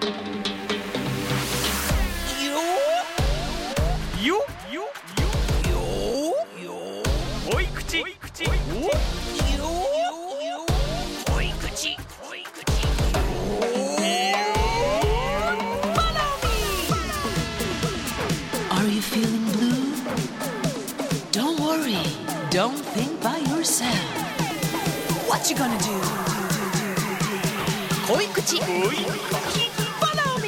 濃い口 Are you feeling blue? Don't worry. Don't think by yourself. What you gonna do? 濃い口 Follow me.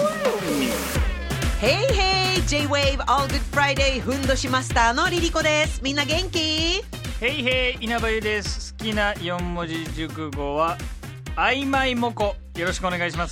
Hey hey, J-Wave All Good Friday ふんどしマスターのリリコです。みんな元気？ へいへい、稲葉優です。好きな4文字熟語は曖昧もこ。よろしくお願いします。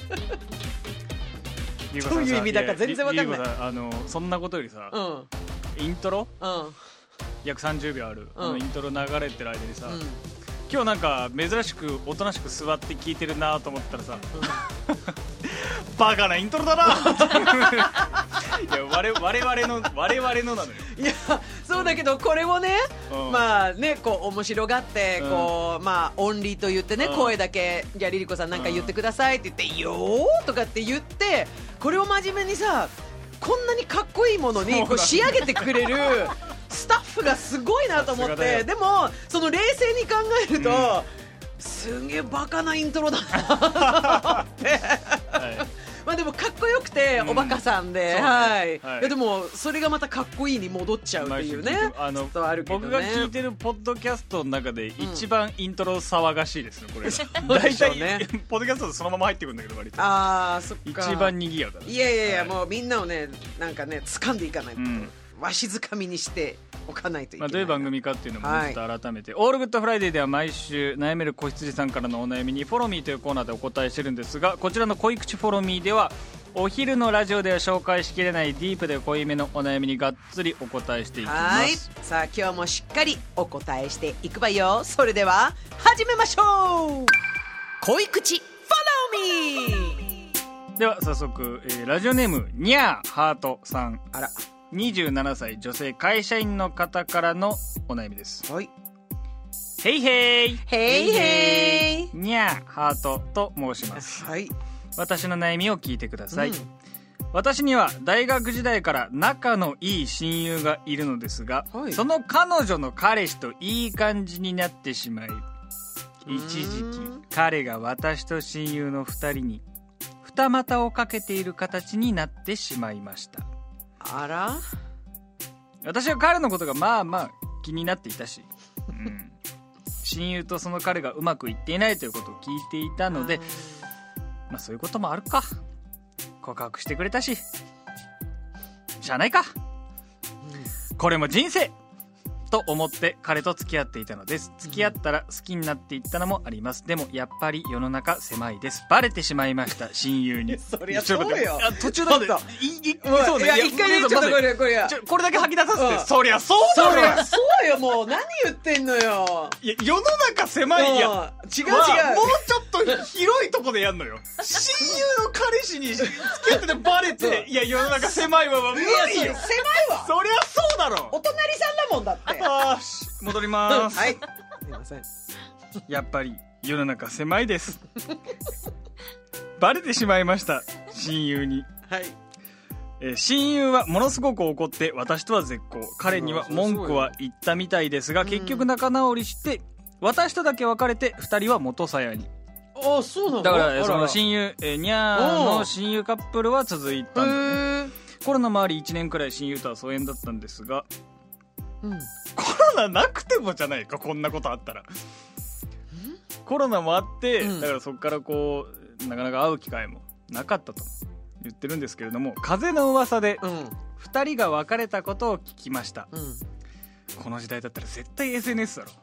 どういう意味だか全然わかんない。 そんなことよりさ、イントロ、約30秒ある、イントロ流れてる間にさ、今日なんか珍しくおとなしく座って聞いてるなと思ったらさ、バカなイントロだな。いや我々のなのよ。 いやそうだけどこれをね、まあねこう面白がってこう、まあオンリーと言ってね、声だけじゃあリリコさんなんか言ってくださいって言って、よーとかって言ってこれを真面目にさ、こんなにかっこいいものにこう仕上げてくれるスタッフがすごいなと思って、でもその冷静に考えると、すげえバカなイントロだなって、まあでもかっこよくておバカさんで、いやでもそれがまたかっこいいに戻っちゃうっていうね、 僕が聞いてるポッドキャストの中で一番イントロ騒がしいですねこれ。大体ポッドキャストでそのまま入ってくるんだけど、割とそっか、 一番賑やかだ。 いやもうみんなをねなんかね掴んでいかないと、わしづかみにしておかないといけない。 どういう番組かっていうのもちょっと改めて、オールグッドフライデーでは毎週悩める子羊さんからのお悩みにフォローミーというコーナーでお答えしてるんですが、こちらの濃い口フォローミーではお昼のラジオでは紹介しきれないディープで濃いめのお悩みにがっつりお答えしていきます。 さあ今日もしっかりお答えしていくわよ。それでは始めましょう。濃い口フォローミーでは早速、ラジオネームニャーハートさん、 あら 27歳女性会社員の方からのお悩みです。 はい。 へいへいへいへい、 にゃーハートと申します。 はい。 私の悩みを聞いてください。私には大学時代から仲のいい親友がいるのですが、その彼女の彼氏といい感じになってしまい、一時期彼が私と親友の2人に二股をかけている形になってしまいました。 あら、 私は彼のことがまあまあ気になっていたし、親友とその彼がうまくいっていないということを聞いていたので、まあそういうこともあるか、告白してくれたししゃあないか、これも人生と思って彼と付き合っていたのです。付き合ったら好きになっていったのもあります。でもやっぱり世の中狭いです。バレてしまいました、親友に。 そりゃそうよ。 途中だってそうね、いや一回ね、ちょっとこれだけ吐き出させて、そりゃそうだろ。 そりゃそうよ、もう何言ってんのよ。 いや世の中狭い。いや違う、もうちょっと広いとこでやんのよ。親友の彼氏に付き合っててバレて、いや世の中狭いわ、無理よ。 狭いわ。 そりゃそうだろ。 お隣さんだもんだって。 戻ります。 はい。すいません。 やっぱり世の中狭いです。バレてしまいました、親友に。 はい。 親友はものすごく怒って私とは絶交。彼には文句は言ったみたいですが、結局仲直りして私とだけ別れて2人は元さやに。 ああ、そうなの。 だからその親友ニャーの親友カップルは続いたんだね。コロナもあり1年くらい親友とは疎遠だったんですが、コロナなくてもじゃないか、こんなことあったら。コロナもあって、だからそこからこうなかなか会う機会もなかったと言ってるんですけれども、風の噂で2人が別れたことを聞きました。この時代だったら絶対 SNS だろ。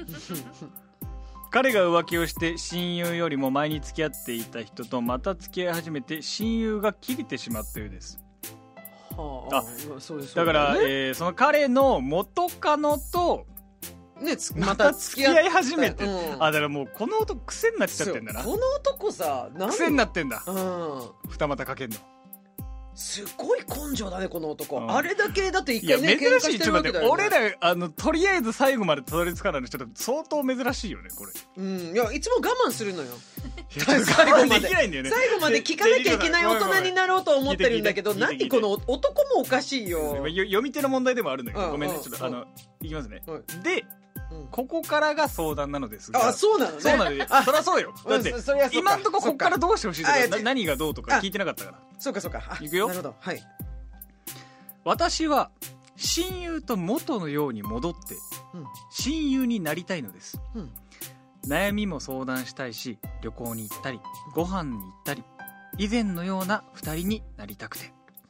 彼が浮気をして親友よりも前に付き合っていた人とまた付き合い始めて、親友が切れてしまったようです。だから、その彼の元カノとね、 また付き合い始めて、だからもうこの男癖になっちゃってんだな。 この男さ、 癖になってんだ。二股かけんの。 すごい根性だねこの男。あれだけだって一回ねいや珍しい。 喧嘩してるわけだよね。 俺らとりあえず最後までたどり着かないのちょっと相当珍しいよねこれ。 いやいつも我慢するのよ。 最後までできないんだよね。 最後まで聞かなきゃいけない大人になろうと思ってるんだけど、何この男もおかしいよ。 読み手の問題でもあるんだけど、ごめんねちょっといきますね。でここからが相談なのですが。 あ、そうなのね。 そうなのよ。そりゃそうよ。だって今んとここっからどうしてほしいとか何がどうとか聞いてなかったから。 そうかそうか。 いくよ。 なるほど。はい。 私は親友と元のように戻って親友になりたいのです。悩みも相談したいし、旅行に行ったりご飯に行ったり、以前のような2人になりたくて。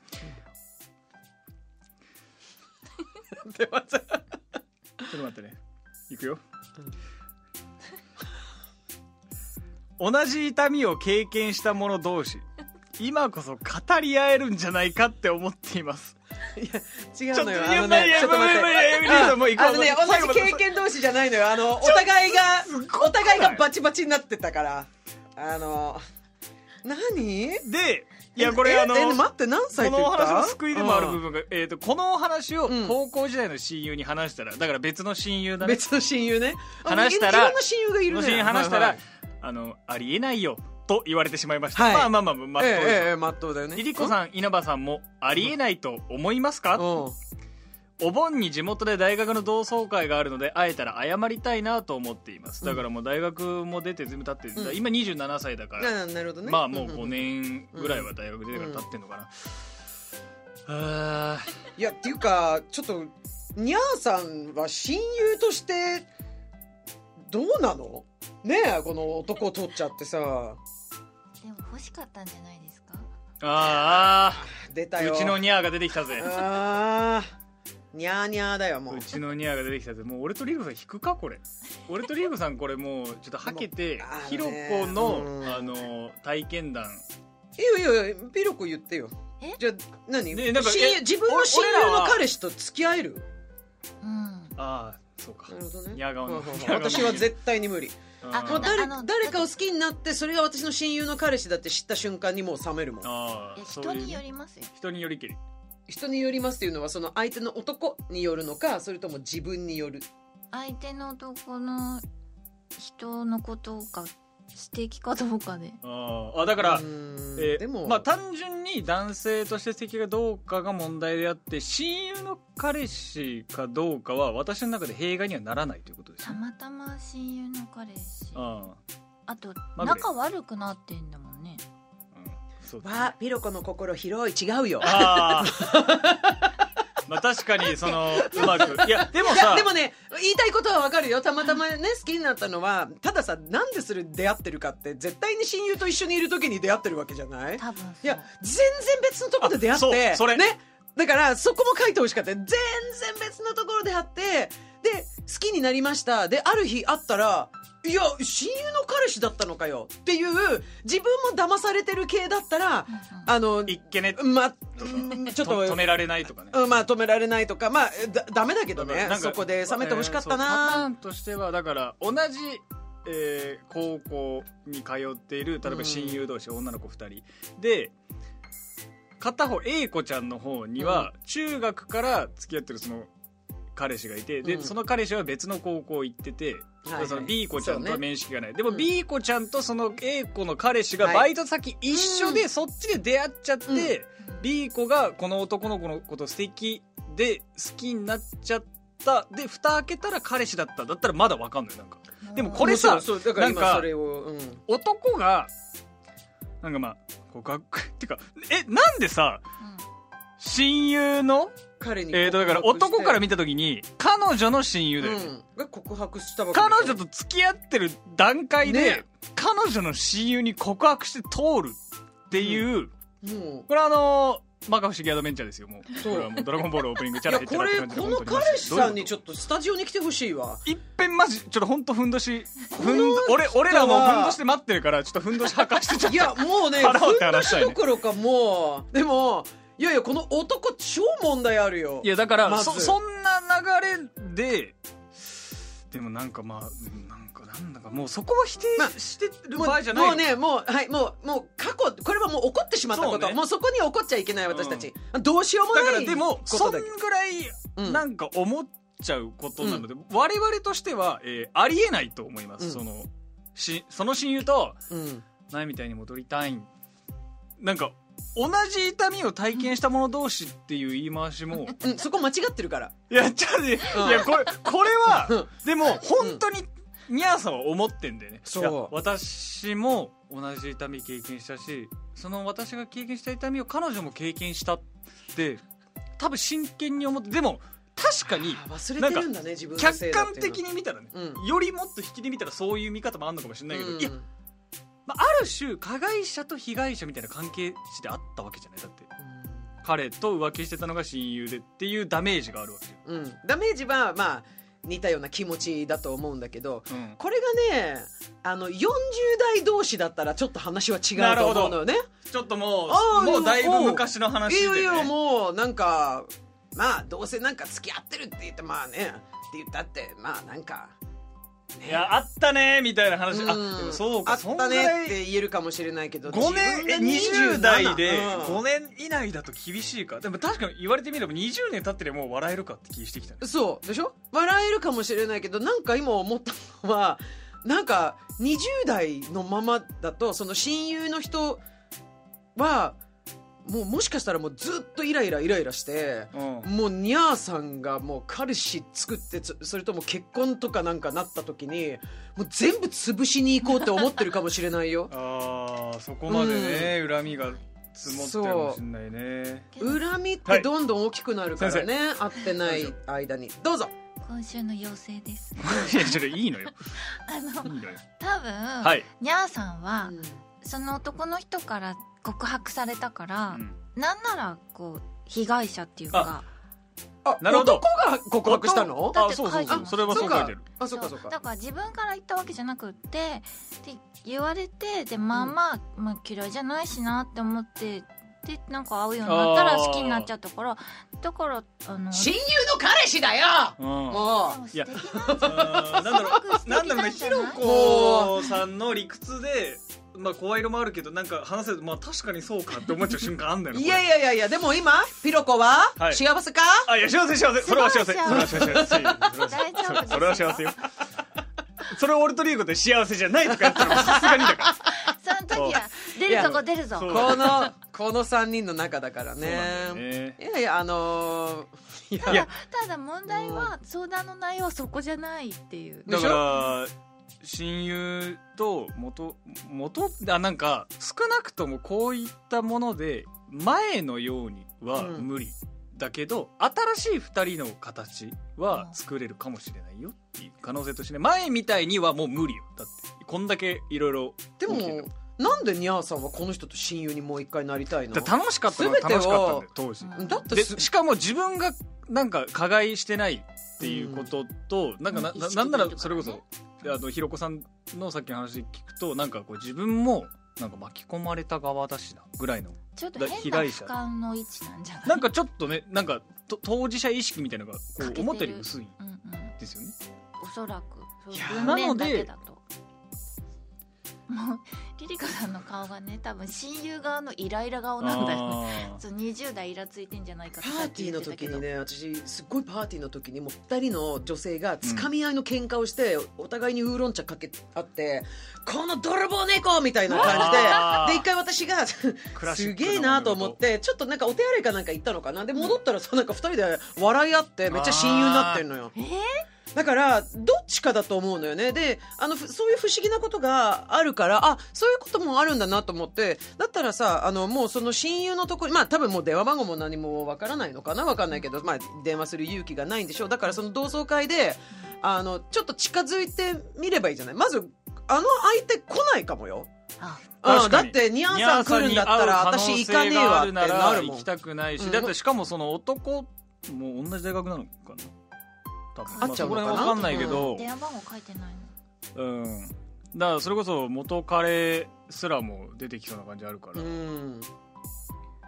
でもさ、ちょっと待ってね、いくよ。同じ痛みを経験した者同士、今こそ語り合えるんじゃないかって思っています。 いや違うのよ。ちょっと待って。同じ経験同士じゃないのよ。お互いがバチバチになってたから。何で、いやこれ待って、何歳って言った？ この話の救いでもある部分が、この話を高校時代の親友に話したら、だから別の親友だね。 別の親友ね。 話したら、 いろんな親友がいるね。 話したら、ありえないよと言われてしまいました。まあまっとうです。 まっとうだよね。 リリコさん、稲葉さんもありえないと思いますか？お盆に地元で大学の同窓会があるので会えたら謝りたいなと思っています。だからもう大学も出て全部経ってる、今27歳だから、 なるほどね。 まあもう5年ぐらいは大学出てから経ってんのかな。 いやっていうかちょっとニャーさんは親友としてどうなのねえ、この男を取っちゃってさ。でも欲しかったんじゃないですか？ 出たよ。 うちのニャーが出てきたぜ。 ニャーニャーだよもう。 うちのニャーが出てきたぜ。もう俺とリリコさん引くかこれ。俺とリリコさんこれもうちょっとはけてヒロコの体験談。 いやピロコ言ってよ。じゃあ何？自分の親友の彼氏と付き合える？ そうか。 なるほどね。 ニャー側の。 私は絶対に無理。誰かを好きになってそれが私の親友の彼氏だって知った瞬間にもう冷めるもん。 人によりますよ。 人によりけり。 人によりますっていうのはその相手の男によるのか、それとも自分による？ 相手の男の人のことが素敵かどうかで。 だからでもまあ単純に男性として素敵かどうかが問題であって、親友の彼氏かどうかは私の中で弊害にはならないということです、ね。 たまたま親友の彼氏。あと仲悪くなってんだもんね。 ピロコの心広い。違うよ。 まあ確かにうまく。いやでもさ、 でもね、言いたいことはわかるよ。たまたまね好きになったのは、たださ、なんでそれ出会ってるかって絶対に親友と一緒にいる時に出会ってるわけじゃない？ 多分。 いや全然別のところで出会ってそれね。だからそこも書いてほしかった。全然別のところで会って、で好きになりました。である日会ったら、いや親友の彼氏だったのかよっていう、自分も騙されてる系だったら、 いっけね、 ちょっと止められないとかね。 止められないとか、ダメだけどね。そこで冷めてほしかったな。 パターンとしてはだから同じ高校に通っている例えば親友同士、女の子2人で、片方 A 子ちゃんの方には中学から付き合ってるその彼氏がいて、でその彼氏は別の高校行ってて、その B 子ちゃんとは面識がない。でも B 子ちゃんとその A 子の彼氏がバイト先一緒で、そっちで出会っちゃって、B 子がこの男の子のこと素敵で好きになっちゃった。で蓋開けたら彼氏だったらまだ分かんない。なんかでもこれさ、なんか男がなんか告白ってか、なんでさ、親友の彼にだから男から見た時に彼女の親友だよ、 が告白したわけ。 彼女と付き合ってる段階で、彼女の親友に告白して通るっていう、これ摩訶不思議アドベンチャーですよ。もうこれはもうドラゴンボールオープニングチャラヘッチャラって感じで。 この彼氏さんにちょっとスタジオに来てほしいわ。 いっぺんマジちょっと本当ふんどし俺らもふんどしで待ってるから、ちょっとふんどし履かしてちょっと。 いやもうね、ふんどしどころかもう、でもいやこの男超問題あるよ。 いやだから、そんな流れで、でもなんかなんかなんだかもうそこは否定してる場合じゃない。 もうね、もう過去、これはもう起こってしまったこと、もうそこに起こっちゃいけない私たち、どうしようもない。 だからでもそんぐらいなんか思っちゃうことなので、我々としては、ありえないと思います。その親友と前みたいに戻りたい、なんか同じ痛みを体験した者同士っていう言い回しも、 そこ間違ってるから。 いやちょっとね、いやこれはでも本当にニャーさんは思ってんだよね。そう、私も同じ痛み経験したし、その私が経験した痛みを彼女も経験したって多分真剣に思って、でも確かに忘れてるんだね、自分のせい客だっていうの。 観的に見たらね、よりもっと引きで見たらそういう見方もあるのかもしれないけど、いや、ある種加害者と被害者みたいな関係値であったわけじゃない。だって彼と浮気してたのが親友でっていうダメージがあるわけじゃん。 ダメージはまあ似たような気持ちだと思うんだけど、これがね40代同士だったらちょっと話は違うと思うのよね。 ちょっともうだいぶ昔の話でね。 いやもうなんかまあどうせなんか付き合ってるって言ってまあねって言ったってまあなんか、 ね、いやあったねみたいな話、でもそうか、 あったねって言えるかもしれないけど、 5年20代で5年以内だと厳しいか。でも確かに言われてみれば20年経ってりゃもう笑えるかって気してきたね。 そうでしょ、笑えるかもしれないけど、なんか今思ったのはなんか20代のままだとその親友の人はもしかしたらもうずっとイライラして、もうニャーさんがもう彼氏作ってそれとも結婚とかなんかなった時にもう全部潰しに行こうって思ってるかもしれないよ。 そこまでね、恨みが積もってるかもしれないね。 恨みってどんどん大きくなるからね、会ってない間に。どうぞ。 今週の要請です。 いやそれいいのよ。 多分、ニャーさんは、その男の人から告白されたから、なんならこう被害者っていうか、 なるほど、 男が告白したの？ だって書いてます。 それはそう書いてる。 そうかだから自分から言ったわけじゃなくってって言われて、でまあ嫌いじゃないしなって思って、でなんか会うようになったら好きになっちゃったから、だから親友の彼氏だよ。もう素敵なんだろうね、ひろこさんの理屈で声色もあるけど、なんか話せると確かにそうかって思っちゃう瞬間あんだよね。 いやでも今ピロコは幸せか？ いや幸せ、それは幸せ、 大丈夫です。 それは幸せよ。それを俺とリーゴで幸せじゃないとかやったらさすがにだから。 その時は出るぞ。 この3人の中だからね。いやただ問題は相談の内容はそこじゃないっていう。 だから親友となんか少なくともこういったもので前のようには無理、だけど新しい2人の形は作れるかもしれないよっていう可能性としてね。前みたいにはもう無理よ。だってこんだけいろいろ。 でもなんでニャーさんはこの人と親友にもう一回なりたいの？ 楽しかったのは楽しかったんだよ当時。 だってしかも自分がなんか加害してないっていうことと、なんならそれこそひろこさんのさっきの話聞くと、なんかこう自分もなんか巻き込まれた側だしなぐらいのちょっと変な俯瞰の位置なんじゃない？ なんかちょっとね、なんか当事者意識みたいなのがこう思ったより薄いですよね。 おそらくなのでもうリリカさんの顔がね、多分親友側のイライラ顔なんだよね。20代イラついてんじゃないかってパーティーの時にね、私すっごいパーティーの時にもう2人の女性がつかみ合いの喧嘩をして、お互いにウーロン茶かけ合ってこの泥棒猫みたいな感じで一回私がすげえなと思ってちょっとなんかお手洗いかなんか行ったのかな、で戻ったらさ、なんか2人で笑い合ってめっちゃ親友になってんのよ。だからどっちかだと思うのよね。でそういう不思議なことがあるから、そういうこともあるんだなと思って、だったらさもうその親友のところに、多分もう電話番号も何もわからないのかな、わかんないけど、電話する勇気がないんでしょう。だからその同窓会でちょっと近づいてみればいいじゃない。まず相手来ないかもよ。だってニャーさん来るんだったら私行かねえわってなるもん。 行きたくないし、だってしかもその男も同じ大学なのかな、 会っちゃうのかな、 分かんないけど、 電話番号書いてないの。だからそれこそ元彼すらも出てきそうな感じあるから。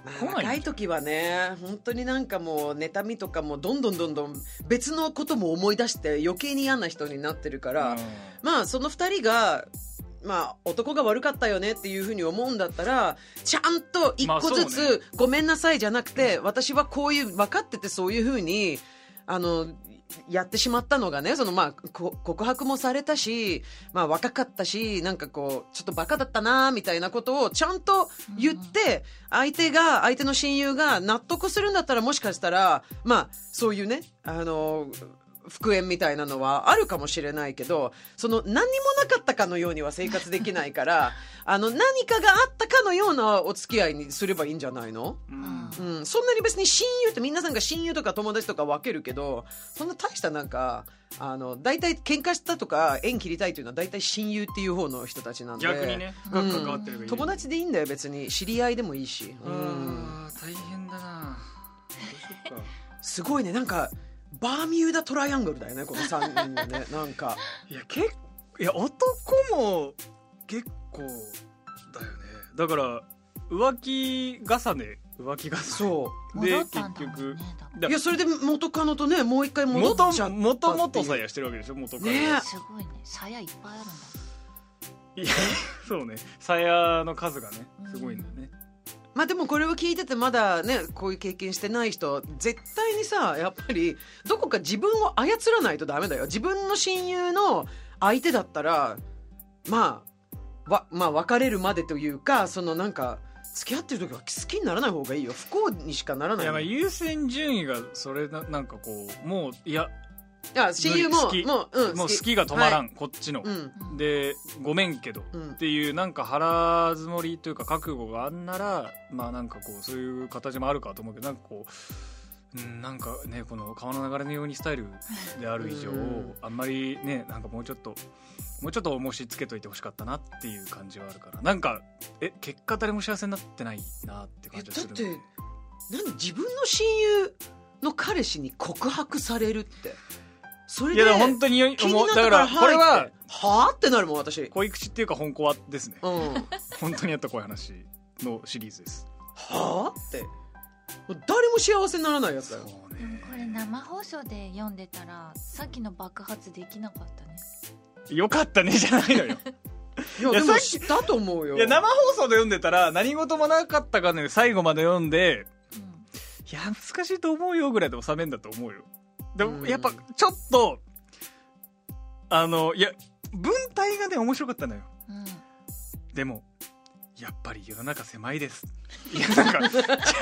若い時はね本当になんかもう妬みとかもどんどん別のことも思い出して余計に嫌な人になってるから、まあその2人が男が悪かったよねっていうふうに思うんだったらちゃんと一個ずつごめんなさいじゃなくて、私はこういう分かっててそういうふうにやってしまったのがね、告白もされたし、若かったし、なんかこうちょっとバカだったなみたいなことをちゃんと言って、相手の親友が納得するんだったら、もしかしたらそういうね復縁みたいなのはあるかもしれないけど、何にもなかったかのようには生活できないから何かがあったかのようなお付き合いにすればいいんじゃないの？そんなに別に親友って皆さんが親友とか友達とか分けるけど、そんな大したなんか大体喧嘩したとか縁切りたいというのは大体親友っていう方の人たちなんで、 逆にね深く関わってればいい、 友達でいいんだよ、別に知り合いでもいいし。 大変だな。どうしよっか。 すごいね、なんかバーミューダトライアングルだよね、この3人がね。なんかいや男も結構だよね。だから浮気重ねそうで、 結局いやそれで元カノとねもう一回戻っちゃった元さやしてるわけでしょ、元カノね。 すごいね、鞘いっぱいあるんだ。 いやそうね、鞘の数がねすごいんだよね。 でもこれを聞いててまだねこういう経験してない人、絶対にさやっぱりどこか自分を操らないとダメだよ。自分の親友の相手だったら別れるまでというか、なんか付き合ってる時は好きにならない方がいいよ。不幸にしかならない。 いや優先順位がそれなんかこうもう親友ももう好きが止まらん、はい、こっちの、でごめんけど、っていうなんか腹積もりというか覚悟があんならなんかこうそういう形もあるかと思うけど、なんかこうなんかねこの川の流れのようにスタイルである以上、あんまりねなんかもうちょっと重しつけといてほしかったなっていう感じはあるから、なんか結果誰も幸せになってないなって感じがする。 だって自分の親友の彼氏に告白されるって、それで本当に気になったから、 だからこれははぁってなるもん私。 恋口っていうか本コアですね。本当にやったこういう話のシリーズです。 はぁって誰も幸せにならないやつだよ。 でもこれ生放送で読んでたらさっきの爆発できなかったね。よかったねじゃないのよ。 いやでも知ったと思うよ。 いや生放送で読んでたら何事もなかったかのように最後まで読んで、いや難しいと思うよぐらいで収めんだと思うよ。でもやっぱちょっといや文体がね面白かったのよ、でもやっぱり世の中狭いです。いやなんか違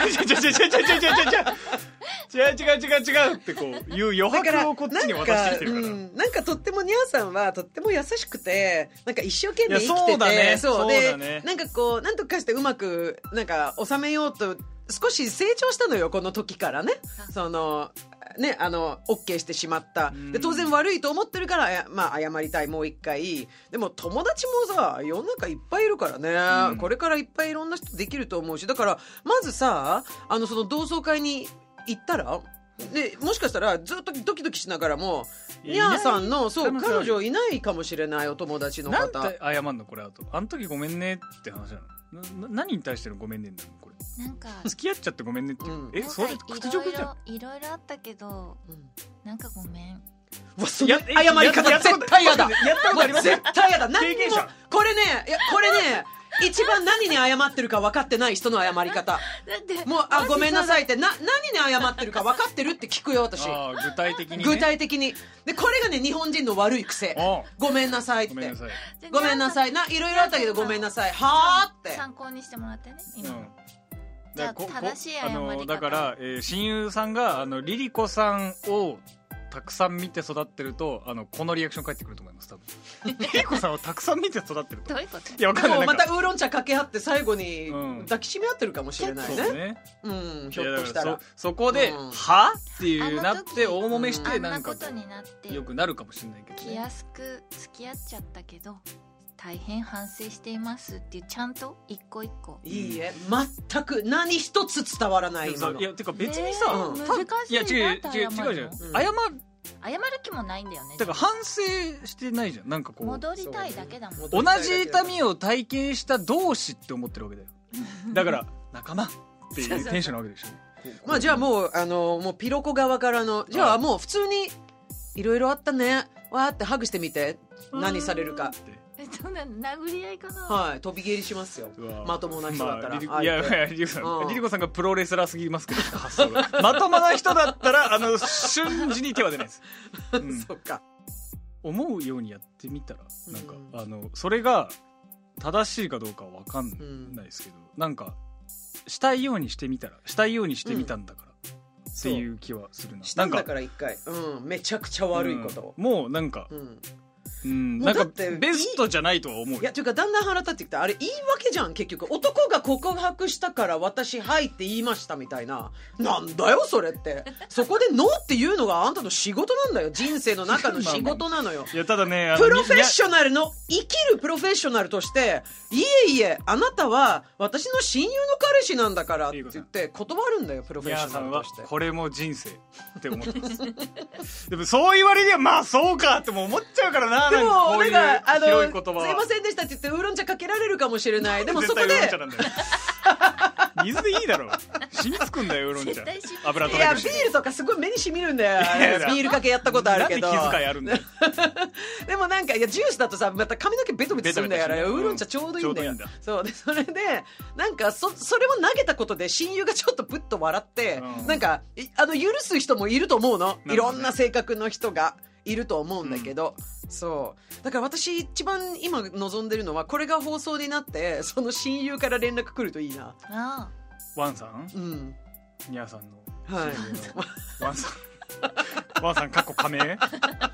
うってこういう余白をこっちに渡してきてるから、 なんかとってもニャーさんはとっても優しくて、なんか一生懸命生きてて、 そうだね、 なんかこうなんとかしてうまくなんか収めようと少し成長したのよ、この時からね。OK してしまった。で当然悪いと思ってるから謝りたい、もう一回。でも友達もさ世の中いっぱいいるからね、これからいっぱいいろんな人できると思うし、だからまずさその同窓会に行ったらで、もしかしたらずっとドキドキしながらもニャーさんの彼女いないかもしれないお友達の方。 なんて謝んのこれ。あの時ごめんねって話なの。何に対してのごめんねんだのこれ。 なんか付き合っちゃってごめんねって、それ屈辱じゃん。 いろいろあったけど、なんかごめん。 その謝り方絶対やだ。 やったことありますよ。 絶対やだ。経験者。これね一番何に謝ってるか分かってない人の謝り方。もうごめんなさいって何に謝ってるか分かってるって聞くよ私。 具体的にね。 具体的に。でこれがね日本人の悪い癖。ごめんなさいって。ごめんなさい。いろいろあったけどごめんなさい。はーって。 参考にしてもらってね今。じゃあ正しい謝り方。 だから親友さんがリリコさんをたくさん見て育ってるとこのリアクション返ってくると思います多分。リリコさんをたくさん見て育ってると。 どういうこと？ いやわかんない。 でもまたウーロン茶かけ合って最後に抱きしめ合ってるかもしれないね。ひょっとしたらそこではっていうなって大揉めしてなんかよくなるかもしれないけどね。 気安く付き合っちゃったけど大変反省していますっていうちゃんと一個一個。 いいえ全く何一つ伝わらない今の。 いやてか別にさ、 難しい。 いや違うじゃん。 謝る気もないんだよね。 だから反省してないじゃん。なんかこう戻りたいだけだもん。 同じ痛みを体験した同士って思ってるわけだよ。だから仲間っっていうテンションなわけでしょ。 まあじゃあもうピロコ側からの、じゃあもう普通にいろいろあったね、わーってハグしてみて、何されるか。 どんな殴り合いかな。 はい、飛び蹴りしますよ、まともな人だったら。 いやリリコさんがプロレスラーすぎますけど、発想がまともな人だったら瞬時に手は出ないです、 そっか。 思うようにやってみたらなんか、それが正しいかどうかは分かんないですけど、なんかしたいようにしてみたら、したいようにしてみたんだから、っていう気はするな。 したんだから一回、めちゃくちゃ悪いことを、 もうなんか、なんかベストじゃないとは思う。 いや、というかだんだん腹立ってきた。あれ言い訳じゃん、結局。男が告白したから私はいって言いましたみたいな。なんだよそれって。そこでノーっていうのがあんたの仕事なんだよ。人生の中の仕事なのよ。 いや、ただね、 プロフェッショナルの生きるプロフェッショナルとして、いえいえあなたは私の親友の彼氏なんだからって言って断るんだよ、プロフェッショナルとして。 これも人生って思ってますでもそう言われりゃまあそうかっても思っちゃうからな。 でもこういう広い言葉はすいませんでしたって言ってウーロン茶かけられるかもしれない。でもそこで絶対ウーロン茶なんだよ水でいいだろ、染みつくんだよウーロン茶、油といやビールとかすごい目に染みるんだよ。ビールかけやったことあるけど、 なんで気遣いあるんだよでもなんか、いやジュースだとさ、また髪の毛ベトベトするんだよ。ウーロン茶ちょうどいいんだよ。そうで、それでなんかそれを投げたことで親友がちょっとプッと笑って、なんか許す人もいると思うの。いろんな性格の人がいると思うんだけど、そうだから私一番今望んでるのは、これが放送になってその親友から連絡来るといいな。 ワンさん、ニャーさんの、はい、ワンさん過去加盟はい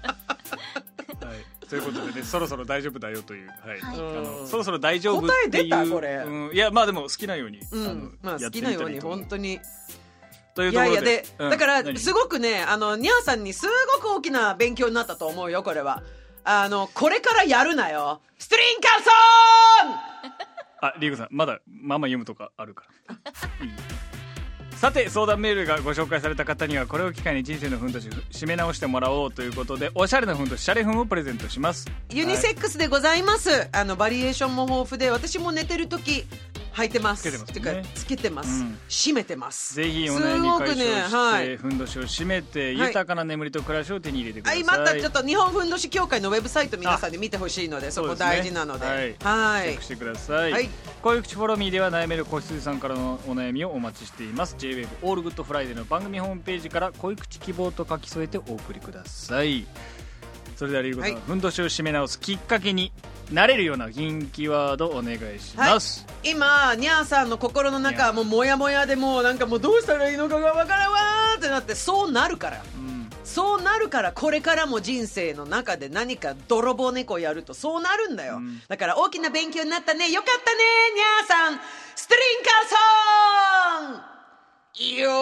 ということでね、そろそろ大丈夫だよという、そろそろ大丈夫っていう、 答え出たこれ、 いやまあでも好きなように、 まあ好きなように本当に。 というところで、 だからすごくね、ニャーさんにすごく大きな勉強になったと思うよ。これはこれからやるなよ、ストリンカーソンリーグさんまだママ読むとかあるからいい。さて相談メールがご紹介された方には、これを機会に人生のふんどし締め直してもらおうということで、おしゃれなふんどしシャレふんをプレゼントします。 ユニセックスでございます、バリエーションも豊富で、私も寝てる時履いてます。つけてます、締めてます。 ぜひお悩み解消して、ふんどしを締めて豊かな眠りと暮らしを手に入れてください。 またちょっと日本ふんどし協会のウェブサイト皆さんで見てほしいので、そこ大事なので、 チェックしてください。恋口フォロミーでは悩める子羊さんからのお悩みをお待ちしています。 J-WAVE オールグッドフライデーの番組ホームページから恋口希望と書き添えてお送りください。それではリーゴさん、ふんどしを締め直すきっかけになれるような元気ワードお願いします。 今ニャーさんの心の中はもうモヤモヤで、もうなんかもうどうしたらいいのかがわからんわーってなって、そうなるから、そうなるから、これからも人生の中で何か泥棒猫やるとそうなるんだよ、だから大きな勉強になったね、よかったねニャーさん。ストリンカーソンいいよ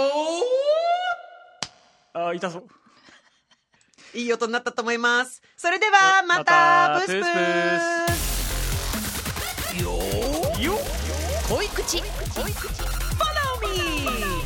ー。痛そう。 いい音になったと思います。それではまた、プースプースよーよ恋口フォローミー。